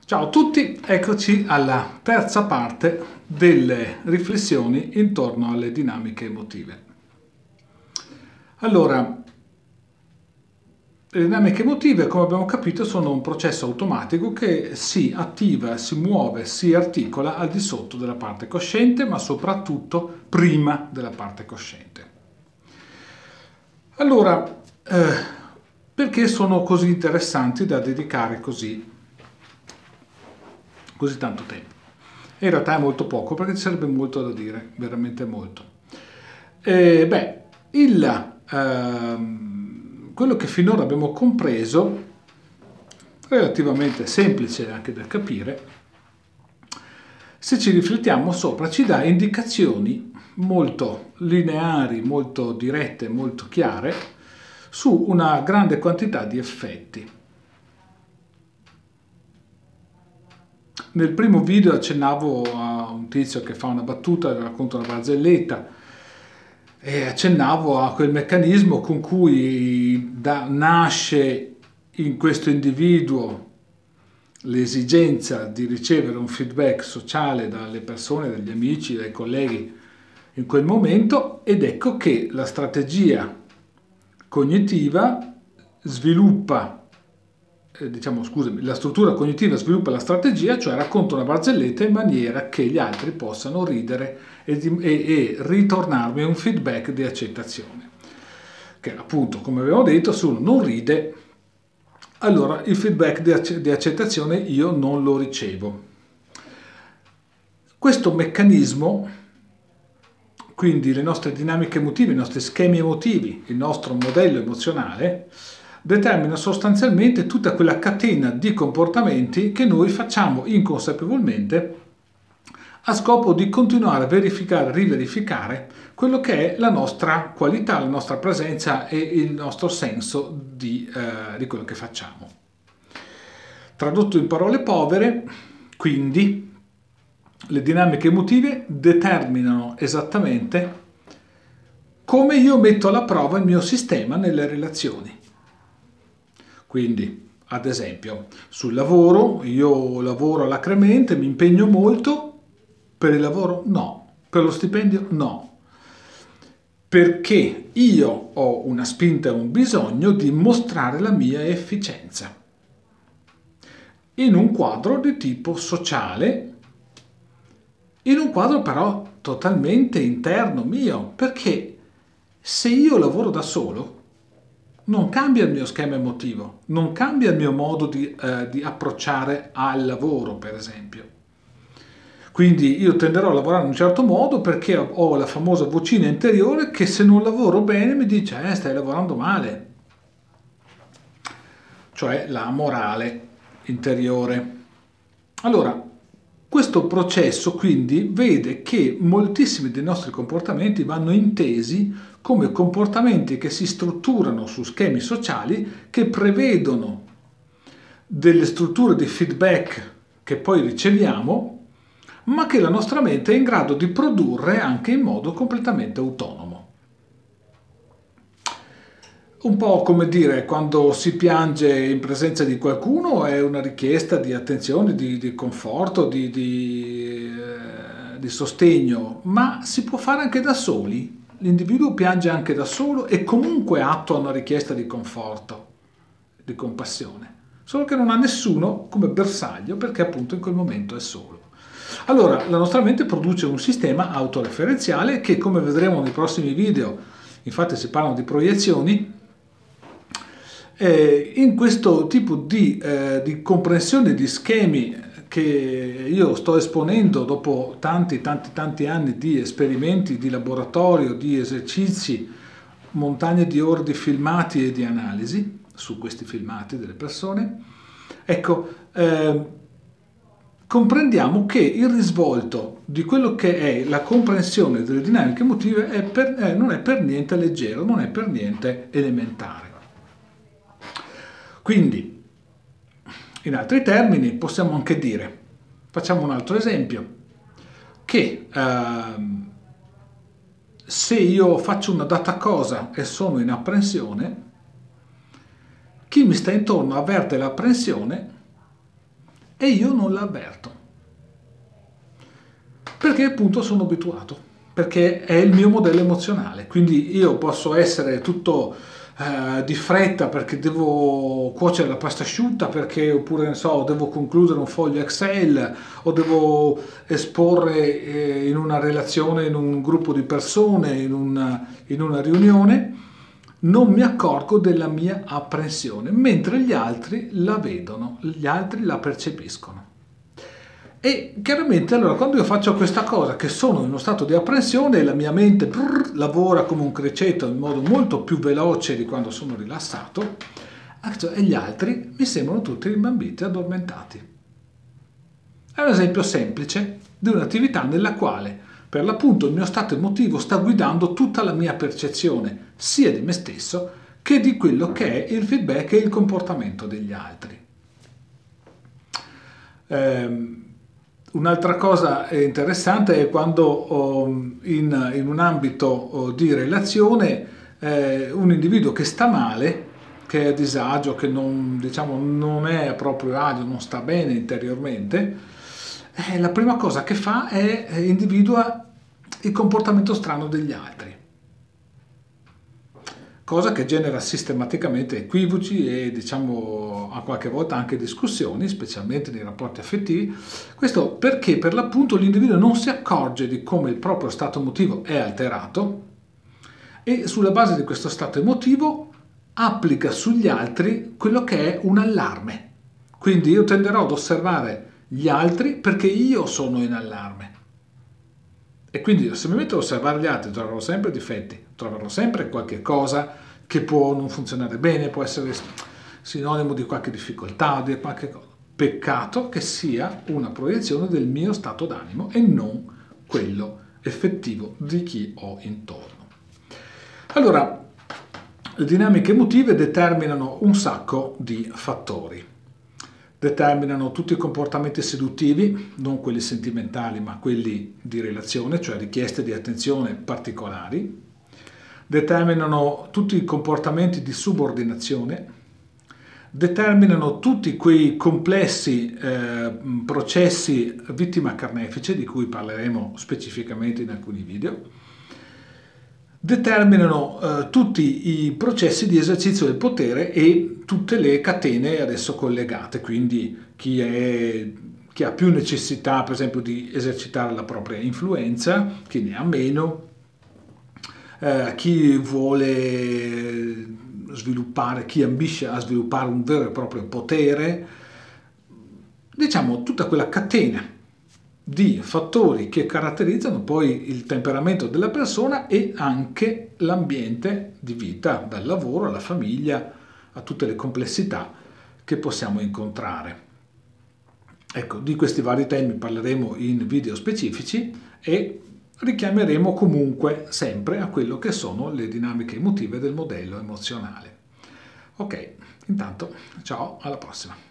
Ciao a tutti, eccoci alla terza parte delle riflessioni intorno alle dinamiche emotive. Allora, le dinamiche emotive, come abbiamo capito, sono un processo automatico che si attiva, si muove, si articola al di sotto della parte cosciente, ma soprattutto prima della parte cosciente. Allora, perché sono così interessanti da dedicare così tanto tempo? In realtà è molto poco perché ci sarebbe molto da dire, veramente molto. Quello che finora abbiamo compreso, relativamente semplice anche da capire, se ci riflettiamo sopra ci dà indicazioni molto lineari, molto dirette, molto chiare su una grande quantità di effetti. Nel primo video accennavo a un tizio che fa una battuta, racconta una barzelletta e accennavo a quel meccanismo con cui nasce in questo individuo l'esigenza di ricevere un feedback sociale dalle persone, dagli amici, dai colleghi in quel momento, ed ecco che la strategia cognitiva sviluppa la struttura cognitiva sviluppa la strategia, cioè racconta una barzelletta in maniera che gli altri possano ridere e ritornarmi un feedback di accettazione. Che appunto, come abbiamo detto, se uno non ride, allora il feedback di accettazione io non lo ricevo. Questo meccanismo, quindi le nostre dinamiche emotive, i nostri schemi emotivi, il nostro modello emozionale, determina sostanzialmente tutta quella catena di comportamenti che noi facciamo inconsapevolmente a scopo di continuare a verificare, riverificare quello che è la nostra qualità, la nostra presenza e il nostro senso di quello che facciamo. Tradotto in parole povere, quindi, le dinamiche emotive determinano esattamente come io metto alla prova il mio sistema nelle relazioni. Quindi, ad esempio, sul lavoro, io lavoro alacremente, mi impegno molto, per il lavoro no, per lo stipendio no, perché io ho una spinta e un bisogno di mostrare la mia efficienza in un quadro di tipo sociale, in un quadro però totalmente interno mio, perché se io lavoro da solo non cambia il mio schema emotivo, non cambia il mio modo di approcciare al lavoro, per esempio. Quindi io tenderò a lavorare in un certo modo perché ho la famosa vocina interiore che se non lavoro bene mi dice stai lavorando male. Cioè la morale interiore. Allora, questo processo quindi vede che moltissimi dei nostri comportamenti vanno intesi come comportamenti che si strutturano su schemi sociali che prevedono delle strutture di feedback che poi riceviamo, ma che la nostra mente è in grado di produrre anche in modo completamente autonomo. Un po' come dire, quando si piange in presenza di qualcuno è una richiesta di attenzione, di conforto, di sostegno, ma si può fare anche da soli. L'individuo piange anche da solo e comunque attua una richiesta di conforto, di compassione, solo che non ha nessuno come bersaglio perché appunto in quel momento è solo. Allora, la nostra mente produce un sistema autoreferenziale che, come vedremo nei prossimi video, infatti si parlano di proiezioni, in questo tipo di comprensione di schemi che io sto esponendo dopo tanti anni di esperimenti, di laboratorio, di esercizi, montagne di ore di filmati e di analisi su questi filmati delle persone, ecco, comprendiamo che il risvolto di quello che è la comprensione delle dinamiche emotive non è per niente leggero, non è per niente elementare. Quindi, in altri termini, possiamo anche dire, facciamo un altro esempio, che se io faccio una data cosa e sono in apprensione, chi mi sta intorno avverte l'apprensione e io non l'avverto. Perché appunto sono abituato, perché è il mio modello emozionale, quindi io posso essere tutto di fretta perché devo cuocere la pasta asciutta, perché oppure ne so, devo concludere un foglio Excel o devo esporre in una relazione, in un gruppo di persone, in una riunione, non mi accorgo della mia apprensione, mentre gli altri la vedono, gli altri la percepiscono. E chiaramente allora quando io faccio questa cosa, che sono in uno stato di apprensione, la mia mente lavora come un criceto in modo molto più veloce di quando sono rilassato, e gli altri mi sembrano tutti rimbambiti, addormentati. È un esempio semplice di un'attività nella quale per l'appunto il mio stato emotivo sta guidando tutta la mia percezione, sia di me stesso che di quello che è il feedback e il comportamento degli altri. Un'altra cosa interessante è quando in un ambito di relazione un individuo che sta male, che è a disagio, che non è a proprio agio, non sta bene interiormente, la prima cosa che fa è individua il comportamento strano degli altri. Cosa che genera sistematicamente equivoci e a qualche volta anche discussioni, specialmente nei rapporti affettivi. Questo perché per l'appunto l'individuo non si accorge di come il proprio stato emotivo è alterato e sulla base di questo stato emotivo applica sugli altri quello che è un allarme. Quindi io tenderò ad osservare gli altri perché io sono in allarme. E quindi se mi metto ad osservare gli altri troverò sempre difetti, troverò sempre qualche cosa che può non funzionare bene, può essere sinonimo di qualche difficoltà, di qualche cosa. Peccato che sia una proiezione del mio stato d'animo e non quello effettivo di chi ho intorno. Allora, le dinamiche emotive determinano un sacco di fattori. Determinano tutti i comportamenti seduttivi, non quelli sentimentali ma quelli di relazione, cioè richieste di attenzione particolari. Determinano tutti i comportamenti di subordinazione, determinano tutti quei complessi processi vittima-carnefice di cui parleremo specificamente in alcuni video. Determinano tutti i processi di esercizio del potere e tutte le catene adesso collegate, quindi chi ha più necessità per esempio di esercitare la propria influenza, chi ne ha meno, chi vuole sviluppare, chi ambisce a sviluppare un vero e proprio potere, diciamo tutta quella catena di fattori che caratterizzano poi il temperamento della persona e anche l'ambiente di vita, dal lavoro alla famiglia, a tutte le complessità che possiamo incontrare. Ecco, di questi vari temi parleremo in video specifici e richiameremo comunque sempre a quello che sono le dinamiche emotive del modello emozionale. Ok, intanto ciao, alla prossima.